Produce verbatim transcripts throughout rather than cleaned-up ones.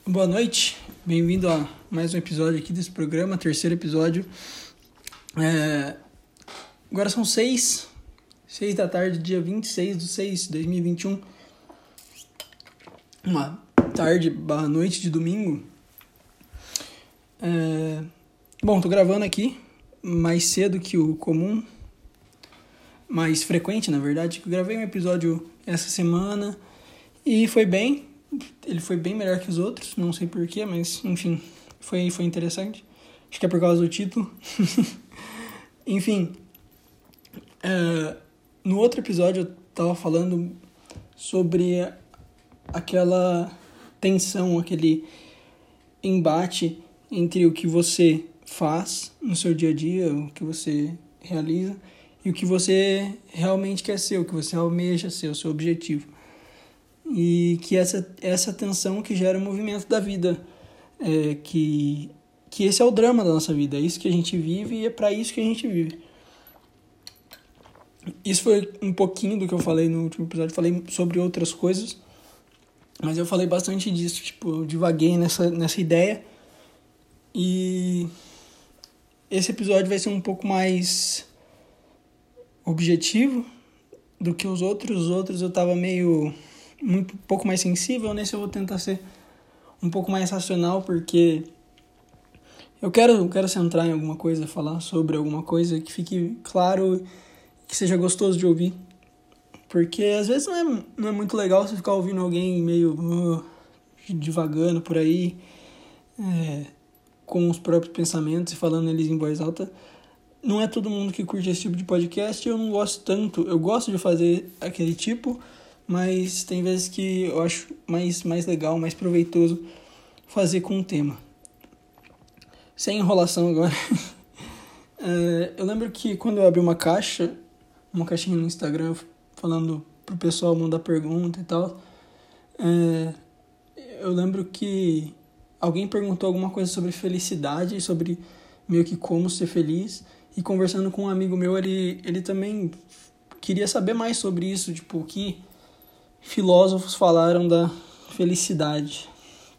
Boa noite, bem-vindo a mais um episódio aqui desse programa, terceiro episódio. É... Agora são seis, seis da tarde, dia vinte e seis de seis de dois mil e vinte e um. Uma tarde barra noite de domingo. É... Bom, tô gravando aqui mais cedo que o comum, mais frequente, na verdade. Eu gravei um episódio essa semana e foi bem. Ele foi bem melhor que os outros, não sei porquê, mas enfim, foi, foi interessante. Acho que é por causa do título. Enfim, é, no outro episódio eu tava falando sobre aquela tensão, aquele embate entre o que você faz no seu dia a dia, o que você realiza, e o que você realmente quer ser, o que você almeja ser, o seu objetivo. E que essa, essa tensão que gera o movimento da vida, é, que, que esse é o drama da nossa vida, é isso que a gente vive e é para isso que a gente vive. Isso foi um pouquinho do que eu falei no último episódio, falei sobre outras coisas, mas eu falei bastante disso, tipo, eu divaguei nessa, nessa ideia, e esse episódio vai ser um pouco mais objetivo do que os outros. Os outros eu tava meio... muito, um pouco mais sensível. Nesse eu vou tentar ser um pouco mais racional, porque eu quero, eu quero centrar em alguma coisa, falar sobre alguma coisa que fique claro, que seja gostoso de ouvir, porque às vezes não é, não é muito legal você ficar ouvindo alguém meio uh, divagando por aí, é, com os próprios pensamentos e falando eles em voz alta. Não é todo mundo que curte esse tipo de podcast, eu não gosto tanto. Eu gosto de fazer aquele tipo, mas tem vezes que eu acho mais, mais legal, mais proveitoso fazer com um tema. Sem enrolação agora. é, eu lembro que quando eu abri uma caixa, uma caixinha no Instagram, falando pro pessoal mandar pergunta e tal, é, eu lembro que alguém perguntou alguma coisa sobre felicidade, sobre meio que como ser feliz, e conversando com um amigo meu, ele, ele também queria saber mais sobre isso, tipo, o que filósofos falaram da felicidade.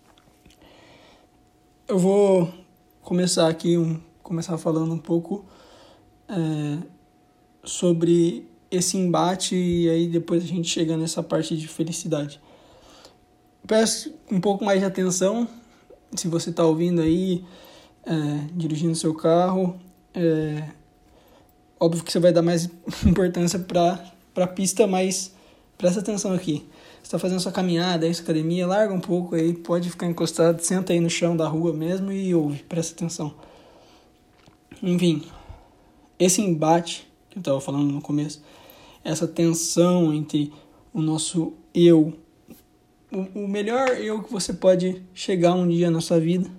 Eu vou começar aqui, um, começar falando um pouco é, sobre esse embate, e aí depois a gente chega nessa parte de felicidade. Peço um pouco mais de atenção, se você está ouvindo aí, é, dirigindo seu carro. É, óbvio que você vai dar mais importância para a pista, mas presta atenção aqui. Você está fazendo sua caminhada, aí sua academia, larga um pouco aí, pode ficar encostado, senta aí no chão da rua mesmo e ouve, presta atenção. Enfim, esse embate que eu estava falando no começo, essa tensão entre o nosso eu, o, o melhor eu que você pode chegar um dia na sua vida,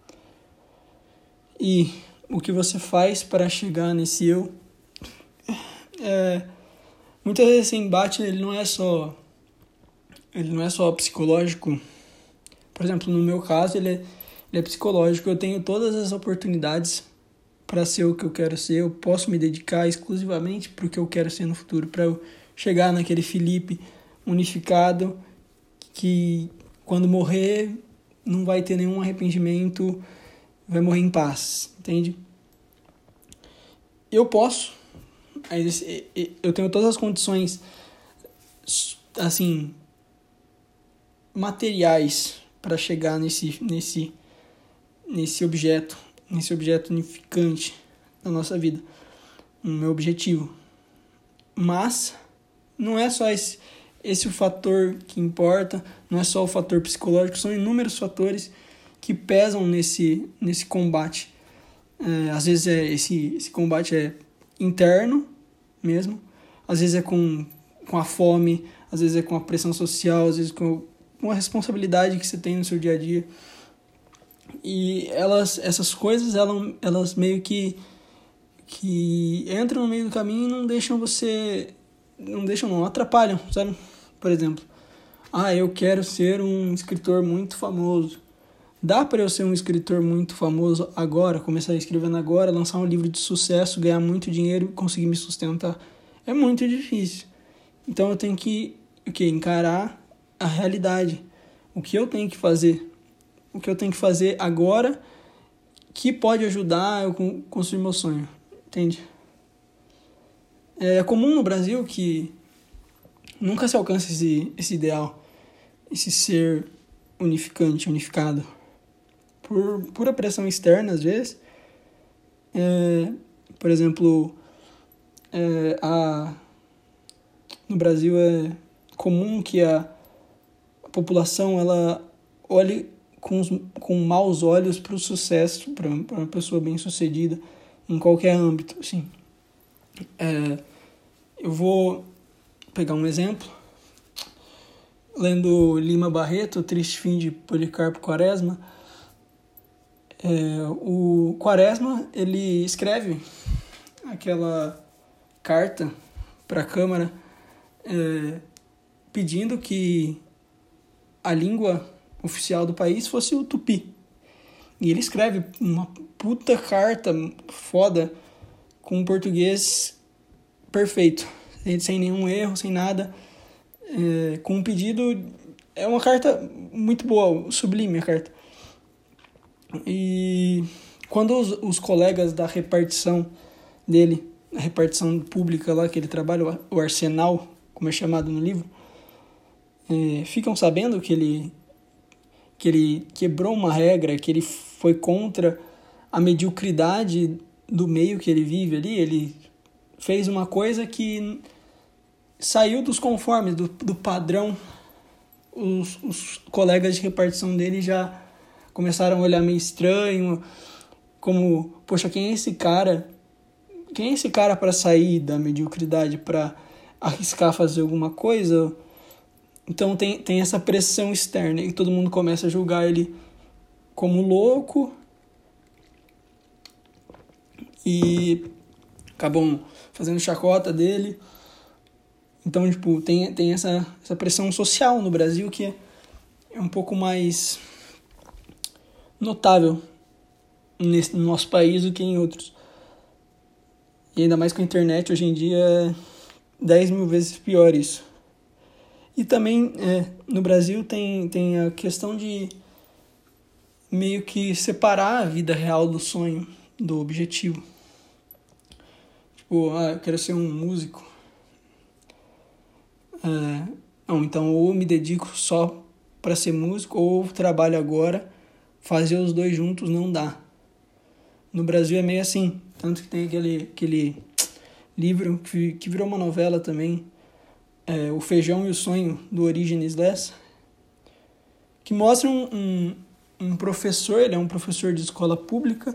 e o que você faz para chegar nesse eu. É, muitas vezes esse embate ele não é só ele não é só psicológico. Por exemplo, no meu caso ele é, ele é psicológico. Eu tenho todas as oportunidades para ser o que eu quero ser. Eu posso me dedicar exclusivamente para o que eu quero ser no futuro, para eu chegar naquele Felipe unificado que quando morrer não vai ter nenhum arrependimento, vai morrer em paz, entende? Eu posso, eu tenho todas as condições, assim, materiais para chegar nesse, nesse, nesse objeto, nesse objeto unificante da nossa vida, no meu objetivo. Mas não é só esse, esse o fator que importa, não é só o fator psicológico, são inúmeros fatores que pesam nesse, nesse combate. É, às vezes é esse, esse combate é interno mesmo, às vezes é com, com a fome, às vezes é com a pressão social, às vezes com, com a responsabilidade que você tem no seu dia a dia. E elas, essas coisas, elas, elas meio que, que entram no meio do caminho e não deixam você... Não deixam, não, atrapalham, sabe? Por exemplo, ah, eu quero ser um escritor muito famoso. Dá para eu ser um escritor muito famoso agora, começar escrevendo agora, lançar um livro de sucesso, ganhar muito dinheiro e conseguir me sustentar? É muito difícil. Então eu tenho que o quê? Encarar a realidade. O que eu tenho que fazer o que eu tenho que fazer agora que pode ajudar eu construir meu sonho, entende? É comum no Brasil que nunca se alcança esse, esse ideal, esse ser unificante, unificado. Por pura pressão externa, às vezes. É, por exemplo, é, a, no Brasil é comum que a, a população ela olhe com, os, com maus olhos para o sucesso, para uma pessoa bem-sucedida em qualquer âmbito. Assim. É, eu vou pegar um exemplo. Lendo Lima Barreto, O Triste Fim de Policarpo Quaresma, é, o Quaresma ele escreve aquela carta para a Câmara é, pedindo que a língua oficial do país fosse o tupi. E ele escreve uma puta carta foda com um português perfeito, sem nenhum erro, sem nada. É, com um pedido, é uma carta muito boa, sublime a carta. E quando os, os colegas da repartição dele, a repartição pública lá que ele trabalha, o Arsenal, como é chamado no livro, é, ficam sabendo que ele, que ele quebrou uma regra, que ele foi contra a mediocridade do meio que ele vive ali, ele fez uma coisa que saiu dos conformes, do, do padrão. Os, os colegas de repartição dele já começaram a olhar meio estranho, como, poxa, quem é esse cara? Quem é esse cara para sair da mediocridade, para arriscar fazer alguma coisa? Então tem, tem essa pressão externa e todo mundo começa a julgar ele como louco e acabam fazendo chacota dele. Então, tipo, tem, tem essa, essa pressão social no Brasil que é, é um pouco mais notável nesse, no nosso país do que em outros. E ainda mais com a internet, hoje em dia é dez mil vezes pior isso. E também, é, no Brasil, tem, tem a questão de meio que separar a vida real do sonho, do objetivo. Tipo, ah, eu quero ser um músico. É, não, então ou me dedico só para ser músico ou trabalho agora, fazer os dois juntos não dá. No Brasil é meio assim, tanto que tem aquele, aquele livro que, que virou uma novela também, é, O Feijão e o Sonho, do Orígenes Lessa, que mostra um, um, um professor, ele é um professor de escola pública,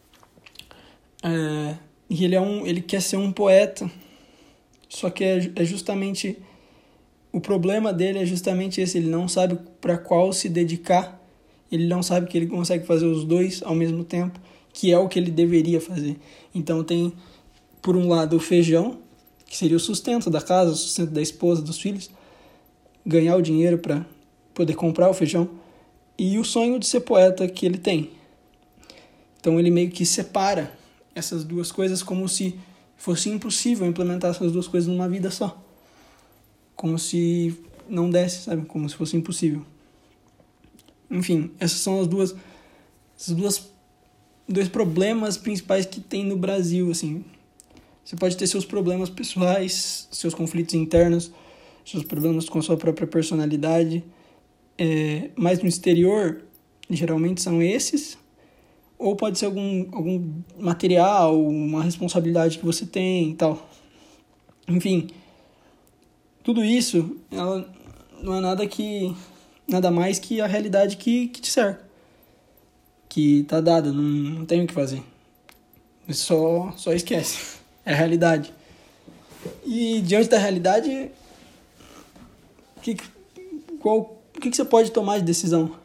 é, e ele, é um, ele quer ser um poeta, só que é, é justamente... O problema dele é justamente esse, ele não sabe para qual se dedicar, ele não sabe que ele consegue fazer os dois ao mesmo tempo, que é o que ele deveria fazer. Então tem, por um lado, o feijão, que seria o sustento da casa, o sustento da esposa, dos filhos, ganhar o dinheiro para poder comprar o feijão, e o sonho de ser poeta que ele tem. Então ele meio que separa essas duas coisas como se fosse impossível implementar essas duas coisas numa vida só. Como se não desse, sabe? Como se fosse impossível. Enfim, essas são as duas... Esses duas, dois problemas principais que tem no Brasil, assim. Você pode ter seus problemas pessoais, seus conflitos internos, seus problemas com a sua própria personalidade. É, mas no exterior, geralmente são esses. Ou pode ser algum, algum material, uma responsabilidade que você tem e tal. Enfim... Tudo isso, ela não é nada que nada mais que a realidade que, que te cerca. Que tá dada, não, não tem o que fazer. Só, só esquece. É a realidade. E diante da realidade, que, qual, o que, que você pode tomar de decisão?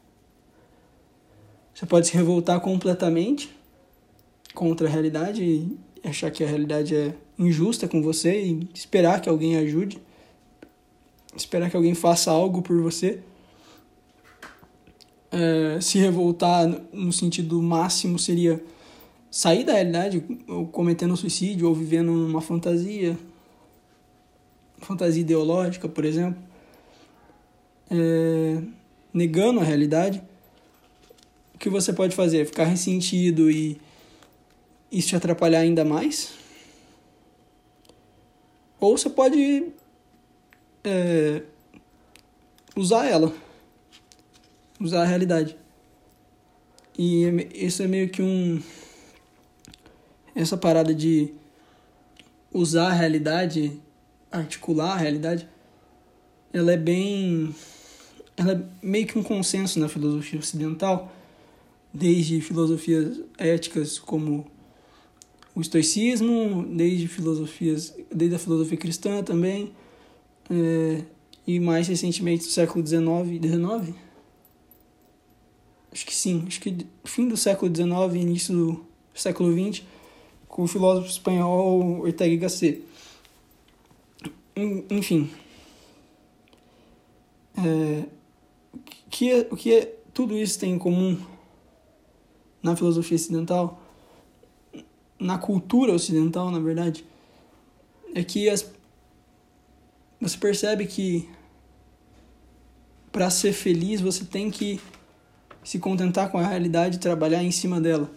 Você pode se revoltar completamente contra a realidade e achar que a realidade é injusta com você e esperar que alguém ajude. Esperar que alguém faça algo por você. É, se revoltar no sentido máximo seria sair da realidade, ou cometendo suicídio, ou vivendo uma fantasia, fantasia ideológica, por exemplo, é, negando a realidade. que você pode fazer é ficar ressentido e isso te atrapalhar ainda mais. Ou você pode é, usar ela. Usar a realidade. E isso é meio que um... Essa parada de usar a realidade, articular a realidade, ela é bem... Ela é meio que um consenso na filosofia ocidental, desde filosofias éticas como o estoicismo, desde filosofias, desde a filosofia cristã também, é, e mais recentemente do século dezenove, dezenove? Acho que sim, acho que fim do século dezenove, início do século vinte, com o filósofo espanhol Ortega y Gasset. Enfim, é, que, o que é, tudo isso tem em comum na filosofia ocidental, na cultura ocidental, na verdade, é que as, você percebe que para ser feliz você tem que se contentar com a realidade e trabalhar em cima dela.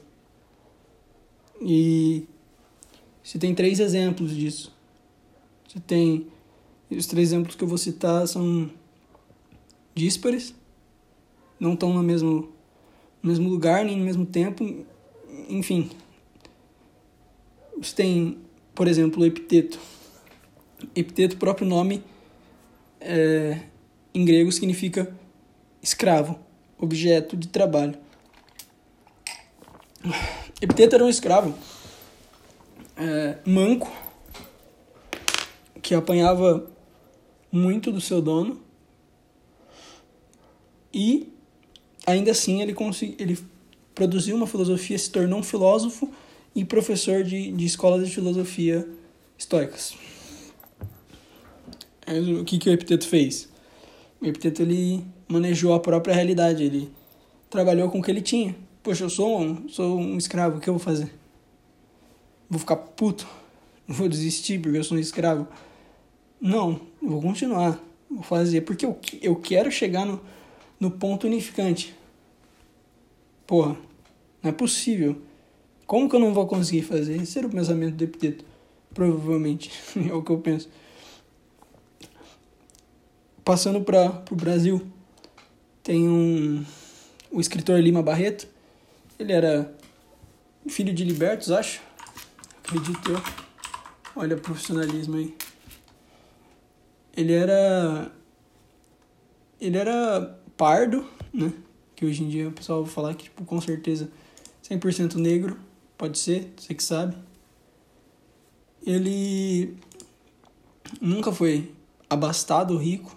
E você tem três exemplos disso. Você tem... Os três exemplos que eu vou citar são díspares, não estão no mesmo, no mesmo lugar, nem no mesmo tempo, enfim. Você tem, por exemplo, o Epiteto. Epiteto, o próprio nome, é, em grego, significa escravo, objeto de trabalho. Epiteto era um escravo é, manco, que apanhava muito do seu dono, e ainda assim ele, consegui, ele produziu uma filosofia, se tornou um filósofo e professor de, de escolas de filosofia estoicas. O que, que o Epiteto fez? O Epiteto ele manejou a própria realidade, ele trabalhou com o que ele tinha. Poxa, eu sou um, sou um escravo, o que eu vou fazer? Vou ficar puto? Vou desistir porque eu sou um escravo? Não, eu vou continuar, vou fazer, porque eu, eu quero chegar no, no ponto unificante. Porra, não é possível. Como que eu não vou conseguir fazer? Esse era o pensamento do Epiteto, provavelmente, é o que eu penso. Passando para o Brasil, tem um, o escritor Lima Barreto. Ele era filho de libertos, acho. Acredito eu. Olha o profissionalismo aí. Ele era... Ele era pardo, né? Que hoje em dia o pessoal vai falar que, tipo, com certeza, cem por cento negro. Pode ser, você que sabe. Ele nunca foi abastado, rico.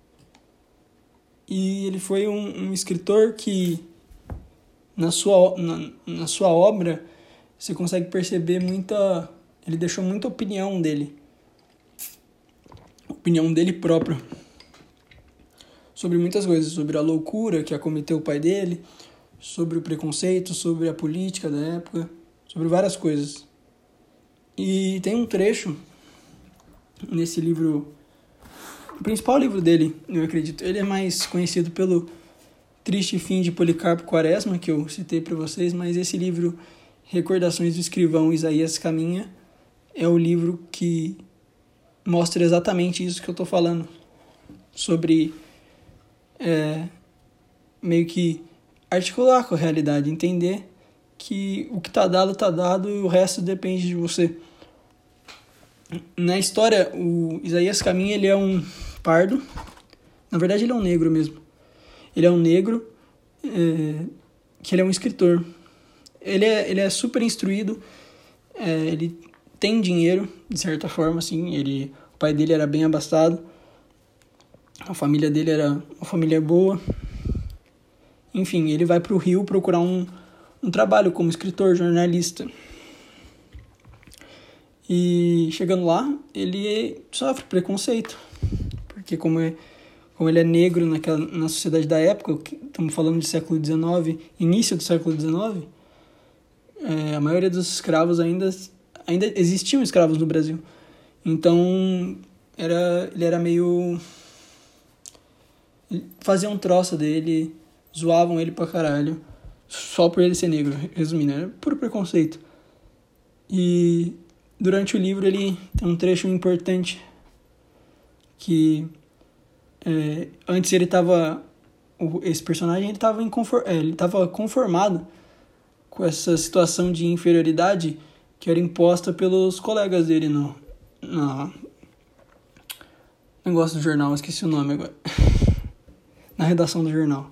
E ele foi um, um escritor que, na sua, na, na sua obra, você consegue perceber muita... Ele deixou muita opinião dele. Opinião dele próprio. Sobre muitas coisas. Sobre a loucura que acometeu o pai dele. Sobre o preconceito. Sobre a política da época. Sobre várias coisas. E tem um trecho nesse livro... O principal livro dele, eu acredito. Ele é mais conhecido pelo Triste Fim de Policarpo Quaresma, que eu citei para vocês. Mas esse livro, Recordações do Escrivão Isaías Caminha, é o livro que mostra exatamente isso que eu estou falando. Sobre é, meio que articular com a realidade, entender que o que está dado, está dado e o resto depende de você. Na história, o Isaías Caminha, ele é um pardo. Na verdade, ele é um negro mesmo. Ele é um negro é, que ele é um escritor. Ele é, ele é super instruído, é, ele tem dinheiro, de certa forma, assim. Ele, o pai dele era bem abastado. A família dele era uma família boa. Enfim, ele vai para o Rio procurar um, um trabalho como escritor, jornalista. E chegando lá, ele sofre preconceito. Porque como, é, como ele é negro naquela, na sociedade da época, estamos falando de século dezenove, início do século dezenove, é, a maioria dos escravos ainda, ainda existiam escravos no Brasil. Então, era, ele era meio... Faziam um troça dele, zoavam ele pra caralho, só por ele ser negro, resumindo, é puro preconceito. E durante o livro ele tem um trecho importante que é, antes ele estava, esse personagem ele estava inconfor, é, ele estava conformado com essa situação de inferioridade que era imposta pelos colegas dele no, no negócio do jornal, esqueci o nome agora, na redação do jornal.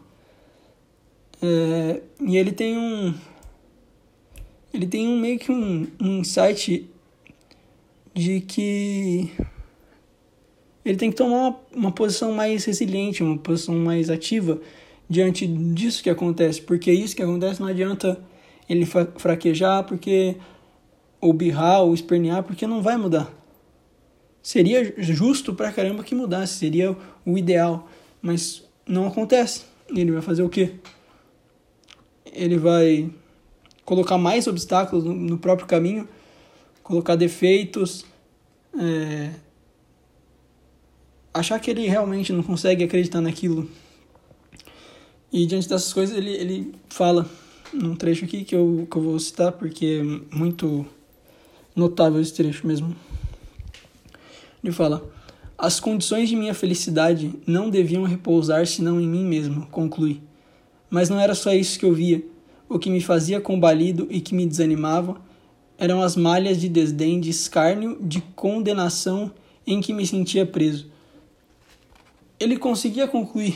É, e ele tem um ele tem um, meio que um, um insight de que ele tem que tomar uma, uma posição mais resiliente, uma posição mais ativa diante disso que acontece, porque isso que acontece não adianta ele fraquejar, porque ou birrar, ou espernear, porque não vai mudar. Seria justo pra caramba que mudasse, seria o ideal, mas não acontece. Ele vai fazer o quê? Ele vai colocar mais obstáculos no, no próprio caminho, colocar defeitos, é, achar que ele realmente não consegue acreditar naquilo. E diante dessas coisas ele, ele fala num trecho aqui que eu, que eu vou citar porque é muito notável esse trecho mesmo. Ele fala: as condições de minha felicidade não deviam repousar senão em mim mesmo, conclui. Mas não era só isso que eu via. O que me fazia combalido e que me desanimava eram as malhas de desdém, de escárnio, de condenação em que me sentia preso. Ele conseguia concluir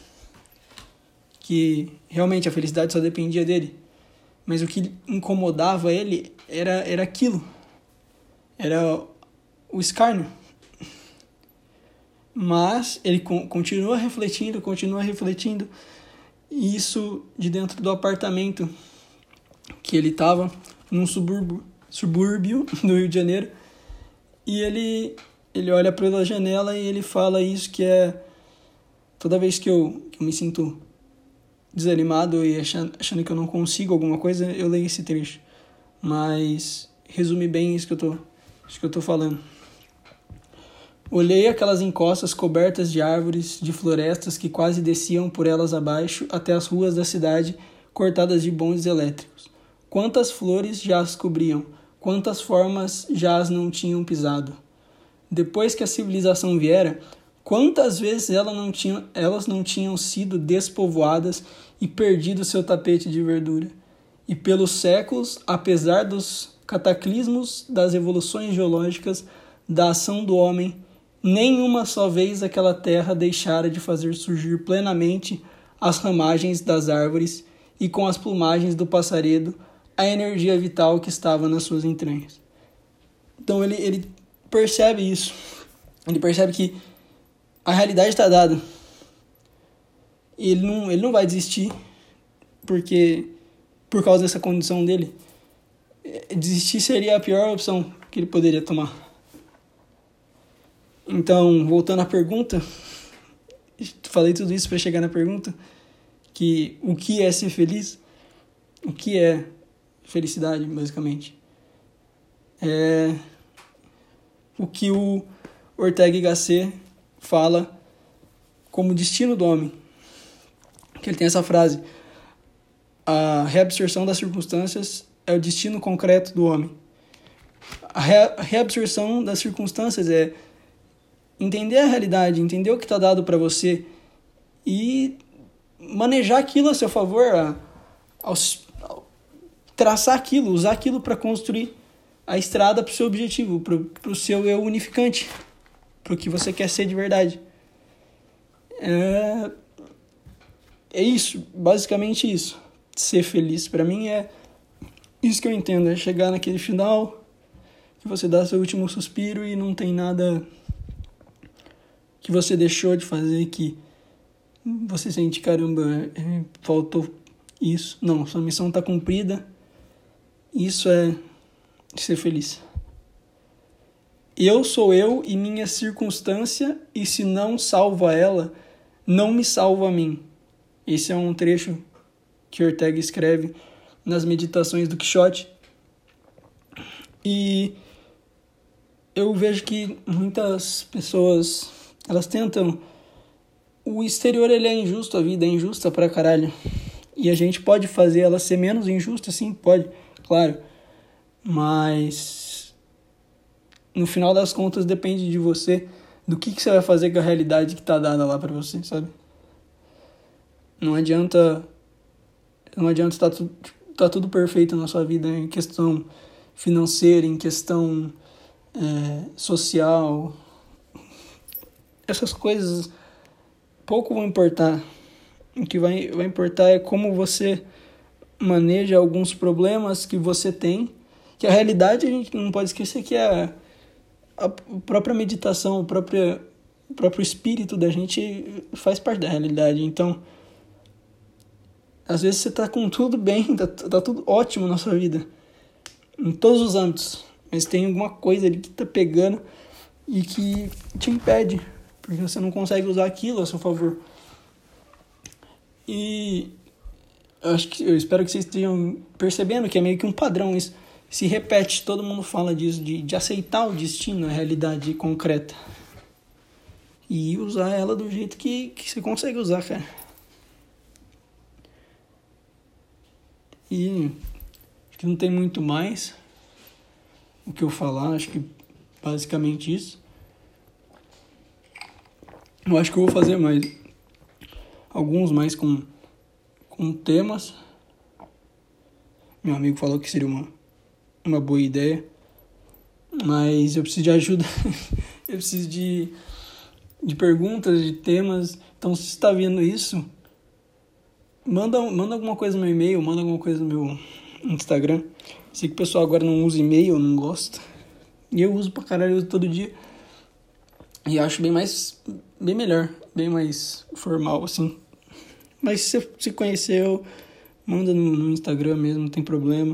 que realmente a felicidade só dependia dele, mas o que incomodava ele era, era aquilo, era o escárnio. Mas ele continua refletindo, continua refletindo, e isso de dentro do apartamento que ele estava, num subúrbio, subúrbio do Rio de Janeiro, e ele, ele olha pela janela e ele fala isso, que é toda vez que eu, que eu me sinto desanimado e achando, achando que eu não consigo alguma coisa, eu leio esse trecho. Mas resume bem isso que eu tô, isso que eu tô falando. Olhei aquelas encostas cobertas de árvores, de florestas que quase desciam por elas abaixo até as ruas da cidade cortadas de bondes elétricos. Quantas flores já as cobriam, quantas formas já as não tinham pisado. Depois que a civilização viera, quantas vezes ela não tinha, elas não tinham sido despovoadas e perdido seu tapete de verdura. E pelos séculos, apesar dos cataclismos, das evoluções geológicas, da ação do homem, nenhuma só vez aquela terra deixara de fazer surgir plenamente as ramagens das árvores e com as plumagens do passaredo a energia vital que estava nas suas entranhas. Então ele, ele percebe isso. Ele percebe que a realidade está dada. E ele não, ele não vai desistir porque, por causa dessa condição dele. Desistir seria a pior opção que ele poderia tomar. Então, voltando à pergunta, falei tudo isso para chegar na pergunta, que o que é ser feliz? O que é felicidade, basicamente? É o que o Ortega y Gasset fala como destino do homem. Que ele tem essa frase: a reabsorção das circunstâncias é o destino concreto do homem. A reabsorção das circunstâncias é entender a realidade, entender o que está dado para você e manejar aquilo a seu favor, a, a, a traçar aquilo, usar aquilo para construir a estrada para o seu objetivo, para o seu eu unificante, para o que você quer ser de verdade. É, é isso, basicamente isso. Ser feliz para mim é isso que eu entendo, é chegar naquele final que você dá seu último suspiro e não tem nada que você deixou de fazer, que você sente, caramba, faltou isso. Não, sua missão está cumprida. Isso é ser feliz. Eu sou eu e minha circunstância, e se não salva ela, não me salva a mim. Esse é um trecho que Ortega escreve nas Meditações do Quixote. E eu vejo que muitas pessoas, elas tentam... O exterior, ele é injusto, a vida é injusta pra caralho. E a gente pode fazer ela ser menos injusta, sim, pode, claro. Mas no final das contas depende de você, do que, que você vai fazer com a realidade que tá dada lá pra você, sabe? Não adianta, não adianta estar tu, tá tudo perfeito na sua vida em questão financeira, em questão é, social. Essas coisas pouco vão importar. O que vai, vai importar é como você maneja alguns problemas que você tem, que a realidade a gente não pode esquecer que é a própria meditação, o próprio, o próprio espírito da gente faz parte da realidade. Então, às vezes você tá com tudo bem, tá, tá tudo ótimo na sua vida, em todos os âmbitos, mas tem alguma coisa ali que tá pegando e que te impede, porque você não consegue usar aquilo a seu favor. E eu acho que eu espero que vocês estejam percebendo que é meio que um padrão isso. Se repete, todo mundo fala disso, de, de aceitar o destino, a realidade concreta. E usar ela do jeito que, que você consegue usar, cara. E acho que não tem muito mais o que eu falar, acho que basicamente isso. Eu acho que eu vou fazer mais, alguns mais com, com temas. Meu amigo falou que seria uma uma boa ideia, mas eu preciso de ajuda, eu preciso de, de perguntas, de temas. Então, se você está vendo isso, manda, manda alguma coisa no meu e-mail, manda alguma coisa no meu Instagram. Sei que o pessoal agora não usa e-mail, não gosta, e eu uso pra caralho, eu uso todo dia, e acho bem mais, bem melhor, bem mais formal, assim. Mas se você se conheceu, manda no, no Instagram mesmo, não tem problema.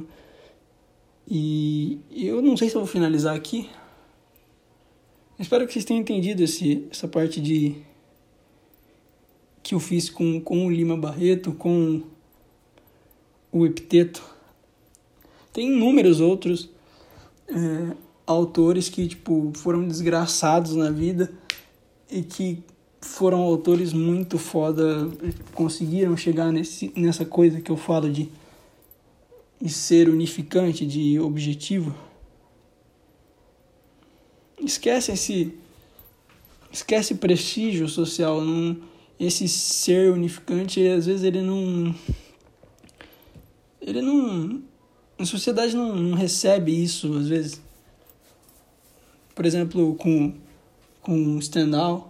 E eu não sei se eu vou finalizar aqui. Espero que vocês tenham entendido esse, essa parte de que eu fiz com, com o Lima Barreto, com o Epiteto. Tem inúmeros outros é, autores que tipo, foram desgraçados na vida e que foram autores muito foda, conseguiram chegar nesse, nessa coisa que eu falo de e ser unificante, de objetivo. Esquece esse esquece prestígio social, não, esse ser unificante, às vezes ele não ele não a sociedade não, não recebe isso, às vezes. Por exemplo, com com Stendhal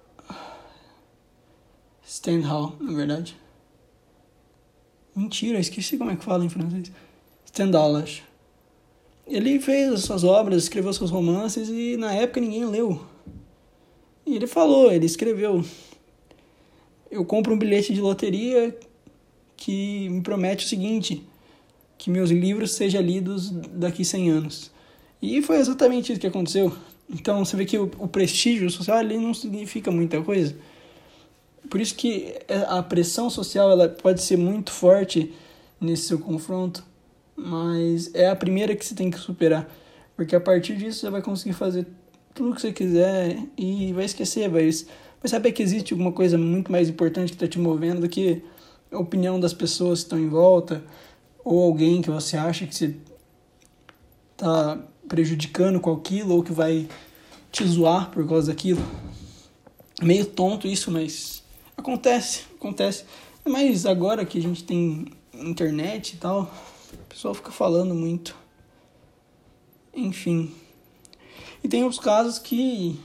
Stendhal, na verdade. Mentira, esqueci como é que fala em francês. Stendhal, acho. Ele fez as suas obras, escreveu seus romances e na época ninguém leu. E ele falou, ele escreveu: eu compro um bilhete de loteria que me promete o seguinte, que meus livros sejam lidos daqui cem anos. E foi exatamente isso que aconteceu. Então você vê que o, o prestígio social ali não significa muita coisa. Por isso que a pressão social ela pode ser muito forte nesse seu confronto, mas é a primeira que você tem que superar, porque a partir disso você vai conseguir fazer tudo o que você quiser e vai esquecer, vai, vai saber que existe alguma coisa muito mais importante que está te movendo do que a opinião das pessoas que estão em volta ou alguém que você acha que você está prejudicando com aquilo ou que vai te zoar por causa daquilo. É meio tonto isso, mas Acontece, acontece. Mas agora que a gente tem internet e tal, o pessoal fica falando muito. Enfim. E tem outros casos que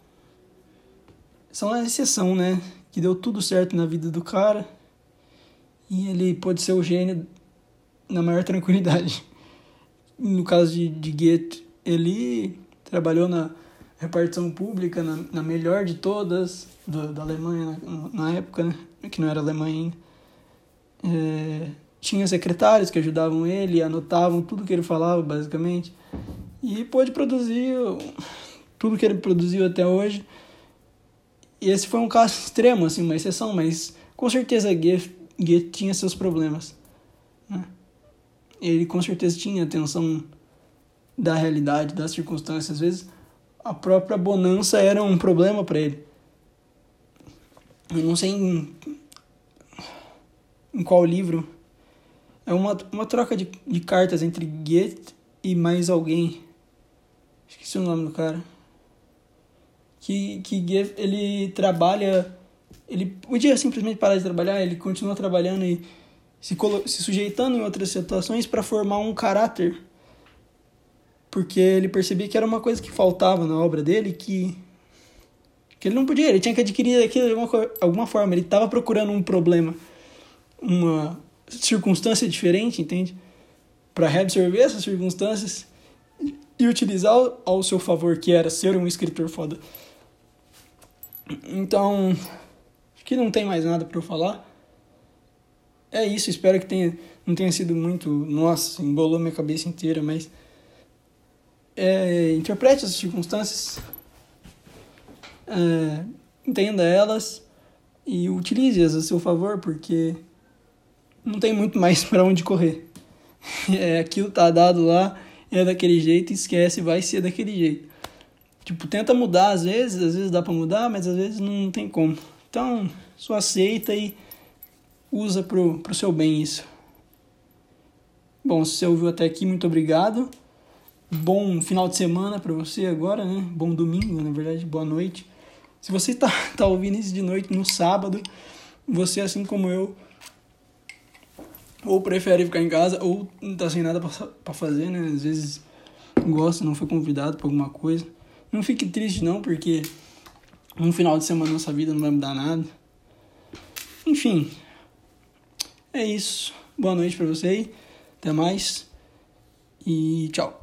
são a exceção, né? Que deu tudo certo na vida do cara e ele pode ser o gênio na maior tranquilidade. No caso de, de Goethe, ele trabalhou na repartição pública, na, na melhor de todas, do, da Alemanha na, na época, né? Que não era Alemanha ainda. É, tinha secretários que ajudavam ele, anotavam tudo que ele falava, basicamente. E pôde produzir tudo que ele produziu até hoje. E esse foi um caso extremo, assim, uma exceção, mas com certeza Goethe, Goethe tinha seus problemas, né? Ele com certeza tinha atenção da realidade, das circunstâncias. Às vezes a própria bonança era um problema para ele. Eu não sei em, em qual livro. É uma, uma troca de, de cartas entre Goethe e mais alguém. Esqueci o nome do cara. Que, que Goethe, ele trabalha... Ele podia simplesmente parar de trabalhar, ele continua trabalhando e se, colo- se sujeitando em outras situações para formar um caráter. Porque ele percebia que era uma coisa que faltava na obra dele, que, que ele não podia, ele tinha que adquirir aquilo de alguma, alguma forma. Ele estava procurando um problema, uma circunstância diferente, entende? Para reabsorver essas circunstâncias e utilizar ao seu favor, que era ser um escritor foda. Então, acho que não tem mais nada para eu falar. É isso, espero que tenha, não tenha sido muito... Nossa, embolou minha cabeça inteira, mas... É, interprete as circunstâncias, é, entenda elas e utilize-as a seu favor, porque não tem muito mais para onde correr. É, aquilo tá dado lá, é daquele jeito, esquece, vai ser daquele jeito. Tipo, tenta mudar às vezes, às vezes dá para mudar, mas às vezes não tem como. Então, só aceita e usa pro, pro seu bem isso. Bom, se você ouviu até aqui, muito obrigado. Bom final de semana para você agora, né? Bom domingo, na verdade, boa noite. Se você tá, tá ouvindo isso de noite no sábado, você, assim como eu, ou prefere ficar em casa, ou não tá sem nada para fazer, né? Às vezes gosta, não foi convidado para alguma coisa. Não fique triste não, porque um final de semana na nossa vida não vai mudar nada. Enfim, é isso. Boa noite para você, até mais e tchau.